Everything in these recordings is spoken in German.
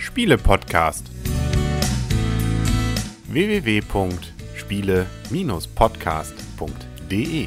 Spiele-Podcast. www.spiele-podcast.de.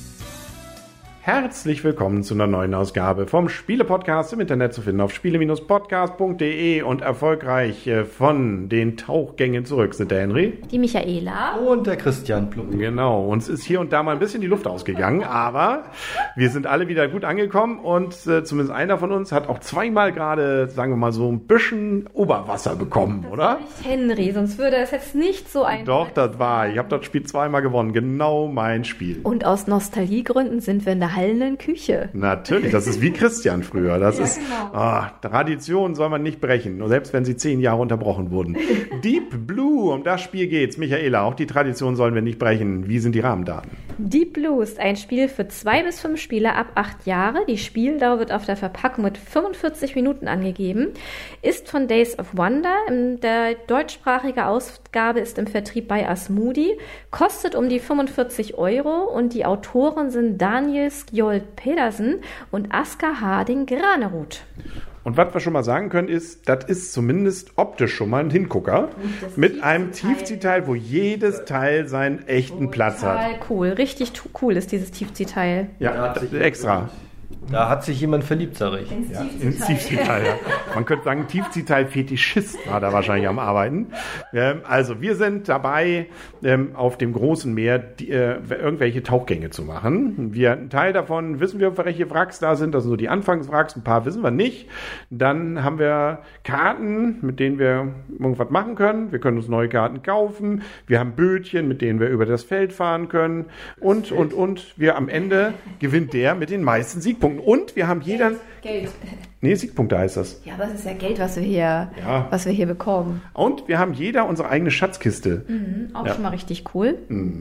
Herzlich willkommen zu einer neuen Ausgabe vom Spiele-Podcast, im Internet zu finden auf spiele-podcast.de, und erfolgreich von den Tauchgängen zurück sind der Henry, die Michaela und der Christian Plum. Genau, uns ist hier und da mal ein bisschen die Luft ausgegangen, aber wir sind alle wieder gut angekommen und zumindest einer von uns hat auch zweimal gerade, sagen wir mal so, ein bisschen Oberwasser bekommen, das oder? Nicht Henry, sonst würde es jetzt nicht so ein... Doch, das war, ich habe das Spiel zweimal gewonnen, genau mein Spiel. Und aus Nostalgiegründen sind wir in der hallenden Küche. Natürlich, das ist wie Christian früher. Das ja, ist genau. Tradition soll man nicht brechen, selbst wenn sie 10 Jahre unterbrochen wurden. Deep Blue, um das Spiel geht's. Michaela, auch die Tradition sollen wir nicht brechen. Wie sind die Rahmendaten? Deep Blue ist ein Spiel für 2 bis 5 Spieler ab 8 Jahre. Die Spieldauer wird auf der Verpackung mit 45 Minuten angegeben. Ist von Days of Wonder. Der deutschsprachige Ausgabe ist im Vertrieb bei Asmodee. Kostet um die 45 € und die Autoren sind Daniel Skjold Pedersen und Asker Harding-Granerud. Und was wir schon mal sagen können ist, das ist zumindest optisch schon mal ein Hingucker mit einem Tiefziehteil, wo jedes Teil seinen echten Platz hat. Total cool, richtig cool ist dieses Tiefziehteil. Ja, extra. Da hat sich jemand verliebt, sag ich. Ins Tiefziehteil, ja. Man könnte sagen, Tiefziehteil-Fetischist war da wahrscheinlich am Arbeiten. Also, wir sind dabei, auf dem großen Meer irgendwelche Tauchgänge zu machen. Ein Teil davon wissen wir, welche Wracks da sind. Das sind so die Anfangswracks, ein paar wissen wir nicht. Dann haben wir Karten, mit denen wir irgendwas machen können. Wir können uns neue Karten kaufen. Wir haben Bötchen, mit denen wir über das Feld fahren können. Und wir am Ende gewinnt der mit den meisten Siegpunkten. Und wir haben jeder... Geld. Nee, Siegpunkte heißt das. Ja, aber es ist ja Geld, was wir hier bekommen. Und wir haben jeder unsere eigene Schatzkiste. Auch schon mal richtig cool.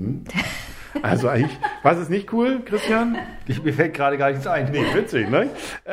Also eigentlich, was ist nicht cool, Christian? Mir fällt gerade gar nichts ein. Nee, witzig, ne?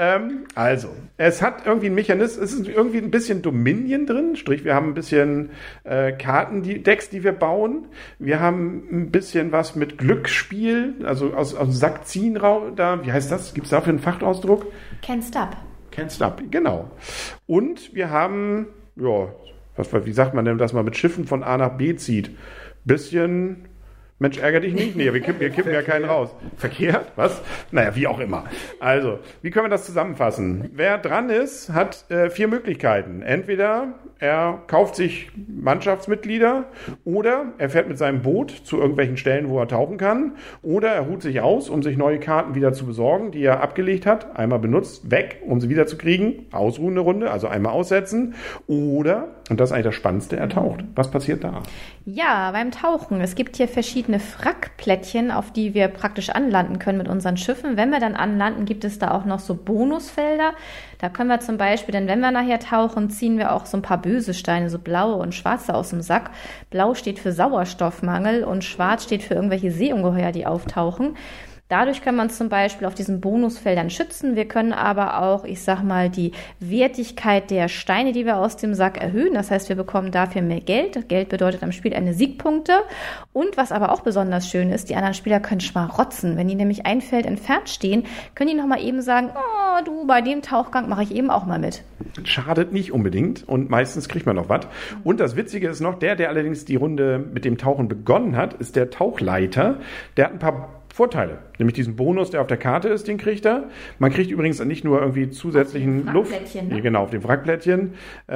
Also, es hat irgendwie einen Mechanismus, es ist irgendwie ein bisschen Dominion drin, sprich, wir haben ein bisschen Kartendecks, die wir bauen. Wir haben ein bisschen was mit Glücksspiel, also aus dem Sack ziehen, da, wie heißt das? Gibt es dafür einen Fachausdruck? Can't Stop. Can't Stop, genau. Und wir haben, ja, wie sagt man denn, dass man mit Schiffen von A nach B zieht? Bisschen... Mensch, ärger dich nicht? Nee, wir kippen ja keinen raus. Verkehrt? Was? Naja, wie auch immer. Also, wie können wir das zusammenfassen? Wer dran ist, hat 4 Möglichkeiten. Entweder er kauft sich Mannschaftsmitglieder oder er fährt mit seinem Boot zu irgendwelchen Stellen, wo er tauchen kann, oder er ruht sich aus, um sich neue Karten wieder zu besorgen, die er abgelegt hat, einmal benutzt, weg, um sie wieder zu kriegen, ausruhen eine Runde, also einmal aussetzen, oder, und das ist eigentlich das Spannendste, er taucht. Was passiert da? Ja, beim Tauchen. Es gibt hier verschiedene Wrackplättchen, auf die wir praktisch anlanden können mit unseren Schiffen. Wenn wir dann anlanden, gibt es da auch noch so Bonusfelder. Da können wir zum Beispiel, denn wenn wir nachher tauchen, ziehen wir auch so ein paar böse Steine, so blaue und schwarze aus dem Sack. Blau steht für Sauerstoffmangel und schwarz steht für irgendwelche Seeungeheuer, die auftauchen. Dadurch kann man zum Beispiel auf diesen Bonusfeldern schützen. Wir können aber auch, ich sag mal, die Wertigkeit der Steine, die wir aus dem Sack erhöhen. Das heißt, wir bekommen dafür mehr Geld. Geld bedeutet am Spiel eine Siegpunkte. Und was aber auch besonders schön ist, die anderen Spieler können schmarotzen. Wenn die nämlich ein Feld entfernt stehen, können die nochmal eben sagen, oh du, bei dem Tauchgang mache ich eben auch mal mit. Schadet nicht unbedingt und meistens kriegt man noch was. Und das Witzige ist noch, der allerdings die Runde mit dem Tauchen begonnen hat, ist der Tauchleiter. Der hat ein paar Vorteile, nämlich diesen Bonus, der auf der Karte ist, den kriegt er. Man kriegt übrigens nicht nur irgendwie zusätzlichen Luft, ne? Genau, auf dem Wrackplättchen,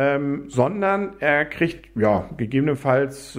sondern er kriegt, ja, gegebenenfalls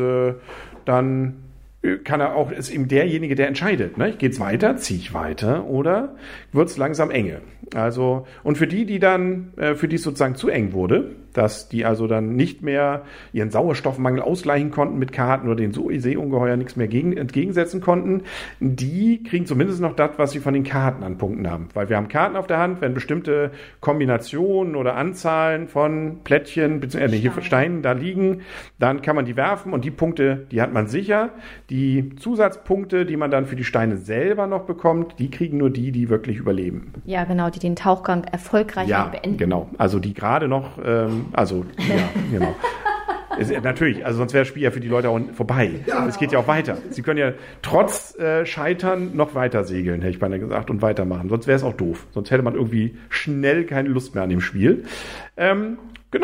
dann kann er auch, ist eben derjenige, der entscheidet, ne? Geht's weiter, ziehe ich weiter oder wird's langsam enge? Also, und für die dann, für die es sozusagen zu eng wurde, dass die also dann nicht mehr ihren Sauerstoffmangel ausgleichen konnten mit Karten oder den Seeungeheuer nichts mehr entgegensetzen konnten, die kriegen zumindest noch das, was sie von den Karten an Punkten haben. Weil wir haben Karten auf der Hand, wenn bestimmte Kombinationen oder Anzahlen von Plättchen, beziehungsweise hier Steinen da liegen, dann kann man die werfen und die Punkte, die hat man sicher. Die Zusatzpunkte, die man dann für die Steine selber noch bekommt, die kriegen nur die wirklich überleben. Ja, genau, die den Tauchgang erfolgreich beenden. Ja, genau. Also die gerade noch, genau. Natürlich, also sonst wäre das Spiel ja für die Leute auch vorbei. Ja. Es geht ja auch weiter. Sie können ja trotz Scheitern noch weiter segeln, hätte ich beinahe gesagt, und weitermachen. Sonst wäre es auch doof. Sonst hätte man irgendwie schnell keine Lust mehr an dem Spiel. Genau.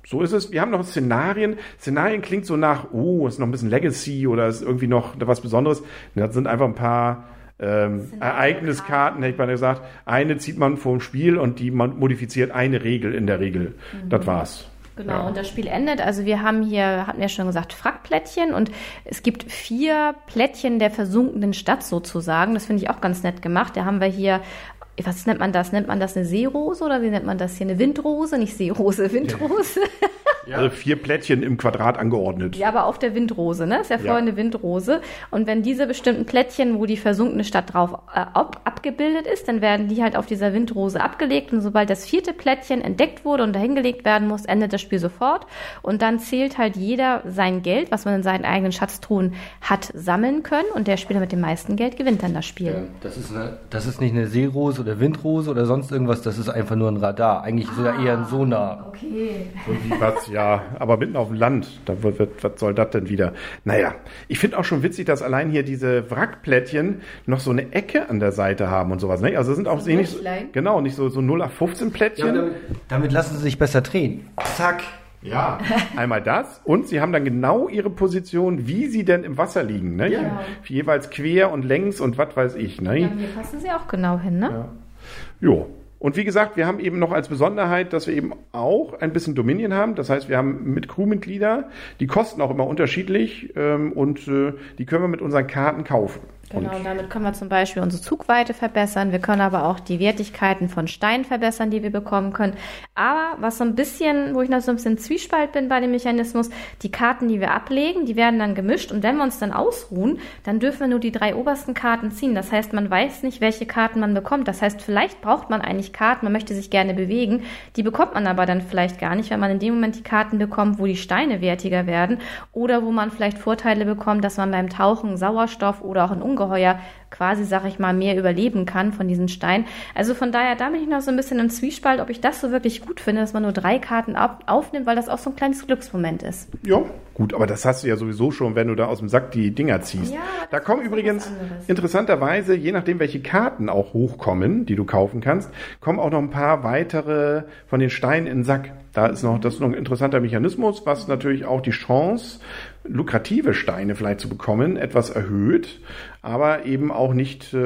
so ist es. Wir haben noch Szenarien. Szenarien klingt so nach, ist noch ein bisschen Legacy oder ist irgendwie noch was Besonderes. Das sind einfach ein paar Ereigniskarten, hätte ich mal gesagt. Eine zieht man vor dem Spiel und die man modifiziert eine Regel in der Regel. Das war's. Genau, und das Spiel endet. Also wir haben hier, hatten wir schon gesagt, Frackplättchen und es gibt 4 Plättchen der versunkenen Stadt sozusagen. Das finde ich auch ganz nett gemacht. Da haben wir hier, was nennt man das? Nennt man das eine Seerose oder wie nennt man das hier? Eine Windrose? Nicht Seerose, Windrose. Ja. Also 4 Plättchen im Quadrat angeordnet. Ja, aber auf der Windrose, ne? Ist ja vorher eine Windrose. Und wenn diese bestimmten Plättchen, wo die versunkene Stadt drauf abgebildet ist, dann werden die halt auf dieser Windrose abgelegt. Und sobald das 4. Plättchen entdeckt wurde und dahingelegt werden muss, endet das Spiel sofort. Und dann zählt halt jeder sein Geld, was man in seinen eigenen Schatztruhen hat sammeln können. Und der Spieler mit dem meisten Geld gewinnt dann das Spiel. Ja, das ist nicht eine Seerose oder Windrose oder sonst irgendwas, das ist einfach nur ein Radar. Eigentlich sogar eher ein Sonar. Okay. Und was, ja, aber mitten auf dem Land, was soll das denn wieder? Naja, ich finde auch schon witzig, dass allein hier diese Wrackplättchen noch so eine Ecke an der Seite haben und sowas. Ne? Also das sind auch nicht so, genau, nicht so 0815 Plättchen. Ja, damit lassen sie sich besser drehen. Zack. Ja, einmal das und sie haben dann genau ihre Position, wie sie denn im Wasser liegen. Ne? Ja. Jeweils quer und längs und was weiß ich. Ne? Ja, hier passen sie auch genau hin, ne? Ja. Jo. Und wie gesagt, wir haben eben noch als Besonderheit, dass wir eben auch ein bisschen Dominion haben. Das heißt, wir haben mit Crewmitglieder, die kosten auch immer unterschiedlich und die können wir mit unseren Karten kaufen. Genau, und damit können wir zum Beispiel unsere Zugweite verbessern. Wir können aber auch die Wertigkeiten von Steinen verbessern, die wir bekommen können. Aber was so ein bisschen, wo ich noch so ein bisschen Zwiespalt bin bei dem Mechanismus, die Karten, die wir ablegen, die werden dann gemischt und wenn wir uns dann ausruhen, dann dürfen wir nur die 3 obersten Karten ziehen. Das heißt, man weiß nicht, welche Karten man bekommt. Das heißt, vielleicht braucht man eigentlich Karten, man möchte sich gerne bewegen. Die bekommt man aber dann vielleicht gar nicht, weil man in dem Moment die Karten bekommt, wo die Steine wertiger werden oder wo man vielleicht Vorteile bekommt, dass man beim Tauchen Sauerstoff oder auch ein Ungeheuer quasi, sag ich mal, mehr überleben kann von diesen Steinen. Also von daher, da bin ich noch so ein bisschen im Zwiespalt, ob ich das so wirklich gut finde, dass man nur 3 Karten aufnimmt, weil das auch so ein kleines Glücksmoment ist. Ja, gut, aber das hast du ja sowieso schon, wenn du da aus dem Sack die Dinger ziehst. Ja, da kommen übrigens interessanterweise, je nachdem, welche Karten auch hochkommen, die du kaufen kannst, kommen auch noch ein paar weitere von den Steinen in den Sack. Das ist noch ein interessanter Mechanismus, was natürlich auch die Chance, lukrative Steine vielleicht zu bekommen, etwas erhöht, aber eben auch nicht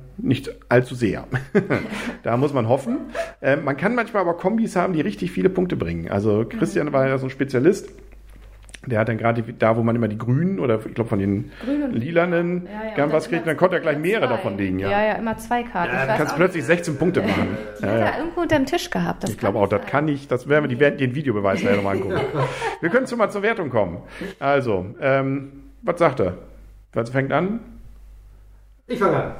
allzu sehr. Da muss man hoffen. Man kann manchmal aber Kombis haben, die richtig viele Punkte bringen. Also Christian war ja so ein Spezialist. Der hat dann gerade da, wo man immer die grünen oder ich glaube von den lilanen gern was kriegt, dann konnte er gleich mehrere davon legen. Ja, immer 2 Karten. Ja, dann kannst du plötzlich 16 Punkte machen. Die hat er irgendwo unter dem Tisch gehabt. Ich glaube auch, das kann ich, das werden wir den Videobeweis nachher nochmal angucken. Wir können mal zur Wertung kommen. Also, was sagt er? Was fängt an? Ich fange an.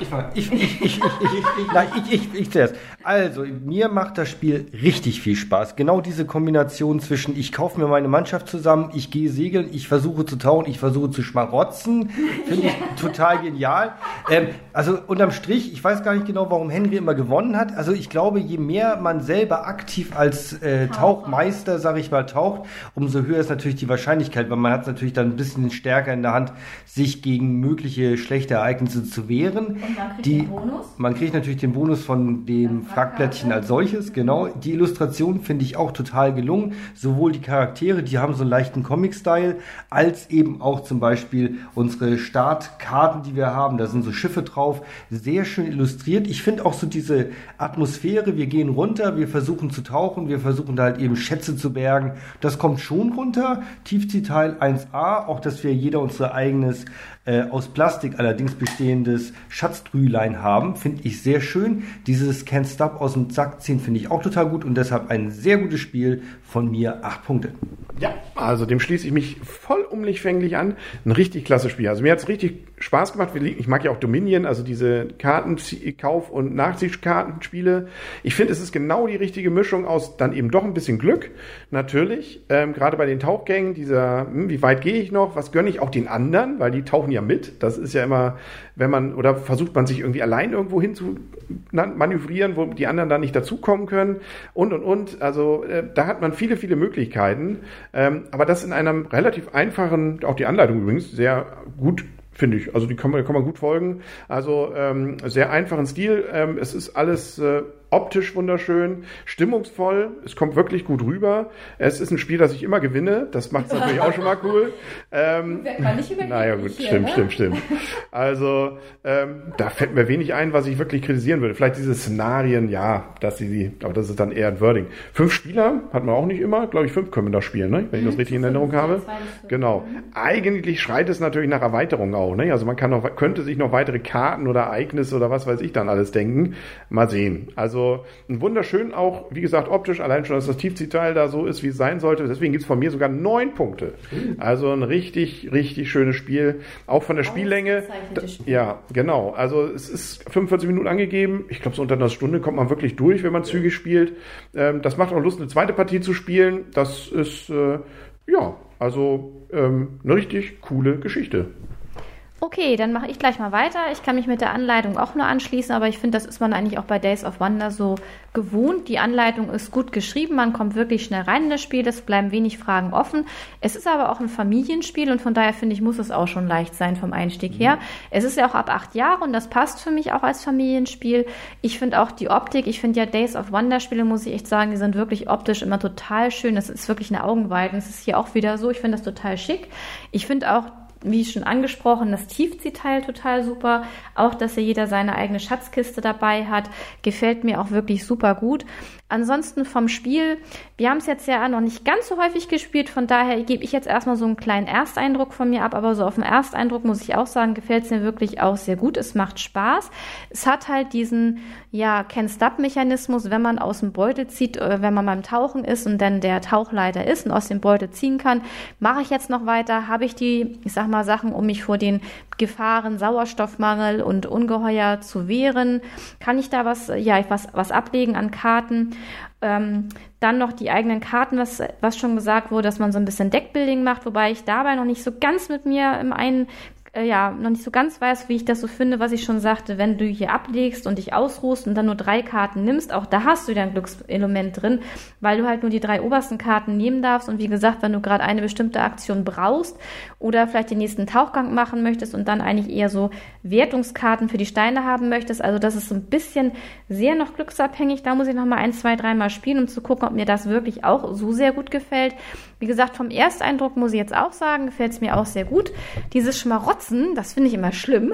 Ich zuerst. Also, mir macht das Spiel richtig viel Spaß. Genau diese Kombination zwischen, ich kaufe mir meine Mannschaft zusammen, ich gehe segeln, ich versuche zu tauchen, ich versuche zu schmarotzen. Finde ich total genial. Also, unterm Strich, ich weiß gar nicht genau, warum Henry immer gewonnen hat. Also, ich glaube, je mehr man selber aktiv als Tauchmeister, sag ich mal, taucht, umso höher ist natürlich die Wahrscheinlichkeit, weil man hat es natürlich dann ein bisschen stärker in der Hand, sich gegen mögliche schlechte Ereignisse zu wehren. Und man kriegt natürlich den Bonus von dem Frackplättchen als solches, genau. Die Illustration finde ich auch total gelungen. Sowohl die Charaktere, die haben so einen leichten Comic-Style, als eben auch zum Beispiel unsere Startkarten, die wir haben. Da sind so Schiffe drauf, sehr schön illustriert. Ich finde auch so diese Atmosphäre, wir gehen runter, wir versuchen zu tauchen, wir versuchen da halt eben Schätze zu bergen. Das kommt schon runter. Tiefseeteil 1a, auch dass wir jeder unser eigenes aus Plastik allerdings bestehendes Schatztrühlein haben, finde ich sehr schön. Dieses Can't Stop aus dem Sack ziehen finde ich auch total gut und deshalb ein sehr gutes Spiel, von mir 8 Punkte. Ja, also dem schließe ich mich vollumfänglich an. Ein richtig klasse Spiel. Also mir hat es richtig Spaß gemacht. Ich mag ja auch Dominion, also diese Kartenkauf- und Nachziehkartenspiele. Ich finde, es ist genau die richtige Mischung aus dann eben doch ein bisschen Glück, natürlich. Gerade bei den Tauchgängen, wie weit gehe ich noch, was gönne ich auch den anderen, weil die tauchen ja mit. Das ist ja immer, oder versucht man sich irgendwie allein irgendwo hin zu manövrieren, wo die anderen dann nicht dazukommen können und. Also da hat man viele, viele Möglichkeiten. Aber das in einem relativ einfachen, auch die Anleitung übrigens, sehr gut, finde ich. Also die kann man gut folgen. Also sehr einfachen Stil. Es ist alles optisch wunderschön, stimmungsvoll, es kommt wirklich gut rüber. Es ist ein Spiel, das ich immer gewinne, das macht es natürlich auch schon mal cool. Wer kann nicht überlegen? Naja gut, stimmt. Also da fällt mir wenig ein, was ich wirklich kritisieren würde. Vielleicht diese Szenarien, ja, aber das ist dann eher ein Wording. 5 Spieler hat man auch nicht immer, glaube ich 5 können wir da spielen, ne? Wenn ich das richtig in Erinnerung habe. Genau. Eigentlich schreit es natürlich nach Erweiterung auch, ne? Also man könnte sich noch weitere Karten oder Ereignisse oder was weiß ich dann alles denken. Mal sehen. Also ein wunderschön auch, wie gesagt, optisch, allein schon, dass das Tiefziehteil da so ist, wie es sein sollte. Deswegen gibt es von mir sogar 9 Punkte. Also ein richtig, richtig schönes Spiel. Auch von der Spiellänge. Ja, genau. Also es ist 45 Minuten angegeben. Ich glaube, so unter einer Stunde kommt man wirklich durch, wenn man zügig spielt. Das macht auch Lust, eine zweite Partie zu spielen. Das ist, eine richtig coole Geschichte. Okay, dann mache ich gleich mal weiter. Ich kann mich mit der Anleitung auch nur anschließen, aber ich finde, das ist man eigentlich auch bei Days of Wonder so gewohnt. Die Anleitung ist gut geschrieben, man kommt wirklich schnell rein in das Spiel, es bleiben wenig Fragen offen. Es ist aber auch ein Familienspiel und von daher finde ich, muss es auch schon leicht sein vom Einstieg her. Es ist ja auch ab 8 Jahre und das passt für mich auch als Familienspiel. Ich finde auch die Optik, ich finde ja Days of Wonder Spiele, muss ich echt sagen, die sind wirklich optisch immer total schön. Das ist wirklich eine Augenweide. Das ist hier auch wieder so. Ich finde das total schick. Ich finde auch, wie schon angesprochen, das Tiefziehteil total super. Auch, dass hier jeder seine eigene Schatzkiste dabei hat, gefällt mir auch wirklich super gut. Ansonsten vom Spiel, wir haben es jetzt ja noch nicht ganz so häufig gespielt, von daher gebe ich jetzt erstmal so einen kleinen Ersteindruck von mir ab, aber so auf den Ersteindruck muss ich auch sagen, gefällt es mir wirklich auch sehr gut. Es macht Spaß. Es hat halt diesen, Can't-Stop-Mechanismus, wenn man aus dem Beutel zieht, wenn man beim Tauchen ist und dann der Tauchleiter ist und aus dem Beutel ziehen kann. Mache ich jetzt noch weiter? Habe ich die, Sachen, um mich vor den Gefahren, Sauerstoffmangel und Ungeheuer zu wehren? Kann ich da was ablegen an Karten? Dann noch die eigenen Karten, was schon gesagt wurde, dass man so ein bisschen Deckbuilding macht, wobei ich dabei noch nicht so ganz mit mir noch nicht so ganz weiß, wie ich das so finde, was ich schon sagte, wenn du hier ablegst und dich ausruhst und dann nur 3 Karten nimmst, auch da hast du wieder ein Glückselement drin, weil du halt nur die 3 obersten Karten nehmen darfst und wie gesagt, wenn du gerade eine bestimmte Aktion brauchst oder vielleicht den nächsten Tauchgang machen möchtest und dann eigentlich eher so Wertungskarten für die Steine haben möchtest, also das ist so ein bisschen sehr noch glücksabhängig, da muss ich noch mal 1, 2, 3 Mal spielen, um zu gucken, ob mir das wirklich auch so sehr gut gefällt. Wie gesagt, vom Ersteindruck muss ich jetzt auch sagen, gefällt es mir auch sehr gut. Dieses Schmarotzen, das finde ich immer schlimm.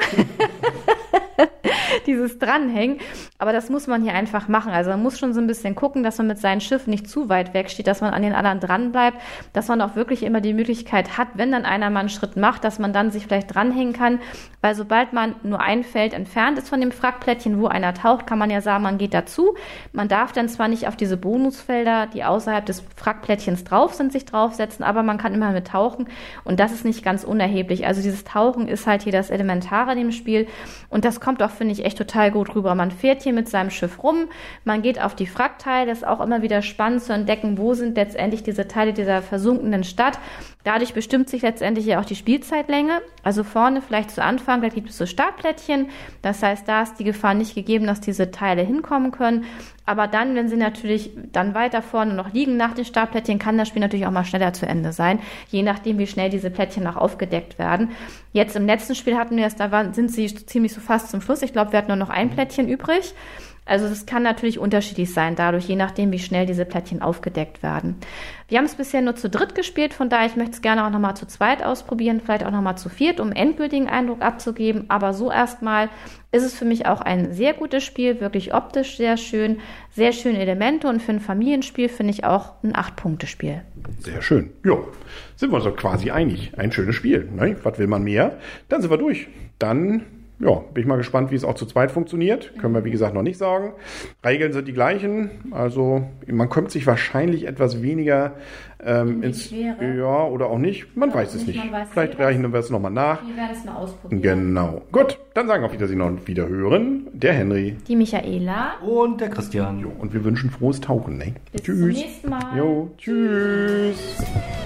Dieses Dranhängen. Aber das muss man hier einfach machen. Also man muss schon so ein bisschen gucken, dass man mit seinem Schiff nicht zu weit weg steht, dass man an den anderen dran bleibt, dass man auch wirklich immer die Möglichkeit hat, wenn dann einer mal einen Schritt macht, dass man dann sich vielleicht dranhängen kann. Weil sobald man nur ein Feld entfernt ist von dem Frackplättchen, wo einer taucht, kann man ja sagen, man geht dazu. Man darf dann zwar nicht auf diese Bonusfelder, die außerhalb des Frackplättchens drauf sind, sich draufsetzen, aber man kann immer mit tauchen und das ist nicht ganz unerheblich. Also dieses Tauchen ist halt hier das Elementare in dem Spiel und das kommt auch, finde ich, echt total gut rüber. Man fährt hier mit seinem Schiff rum, man geht auf die Frackteile, das ist auch immer wieder spannend zu entdecken, wo sind letztendlich diese Teile dieser versunkenen Stadt. Dadurch bestimmt sich letztendlich ja auch die Spielzeitlänge. Also vorne vielleicht zu Anfang, da gibt es so Startplättchen. Das heißt, da ist die Gefahr nicht gegeben, dass diese Teile hinkommen können. Aber dann, wenn sie natürlich dann weiter vorne noch liegen nach den Startplättchen, kann das Spiel natürlich auch mal schneller zu Ende sein. Je nachdem, wie schnell diese Plättchen auch aufgedeckt werden. Jetzt im letzten Spiel hatten wir es, sind sie ziemlich so fast zum Schluss. Ich glaube, wir hatten nur noch ein Plättchen übrig. Also das kann natürlich unterschiedlich sein, dadurch, je nachdem, wie schnell diese Plättchen aufgedeckt werden. Wir haben es bisher nur zu dritt gespielt, von daher, ich möchte es gerne auch nochmal zu zweit ausprobieren, vielleicht auch nochmal zu viert, um endgültigen Eindruck abzugeben. Aber so erstmal ist es für mich auch ein sehr gutes Spiel, wirklich optisch sehr schön, sehr schöne Elemente und für ein Familienspiel finde ich auch ein 8-Punkte-Spiel. Sehr schön. Ja, sind wir uns doch quasi einig. Ein schönes Spiel. Ne? Was will man mehr? Dann sind wir durch. Dann bin ich mal gespannt, wie es auch zu zweit funktioniert. Können wir, wie gesagt, noch nicht sagen. Regeln sind die gleichen. Also man kommt sich wahrscheinlich etwas weniger ins... Ja, oder auch nicht. Man weiß es nicht. Vielleicht rechnen wir es nochmal nach. Wir werden es mal ausprobieren. Genau. Gut, dann sagen wir auf Wiedersehen und Wiederhören. Der Henry. Die Michaela. Und der Christian. Jo, und wir wünschen frohes Tauchen. Ne? Bis zum nächsten Mal. Jo, tschüss.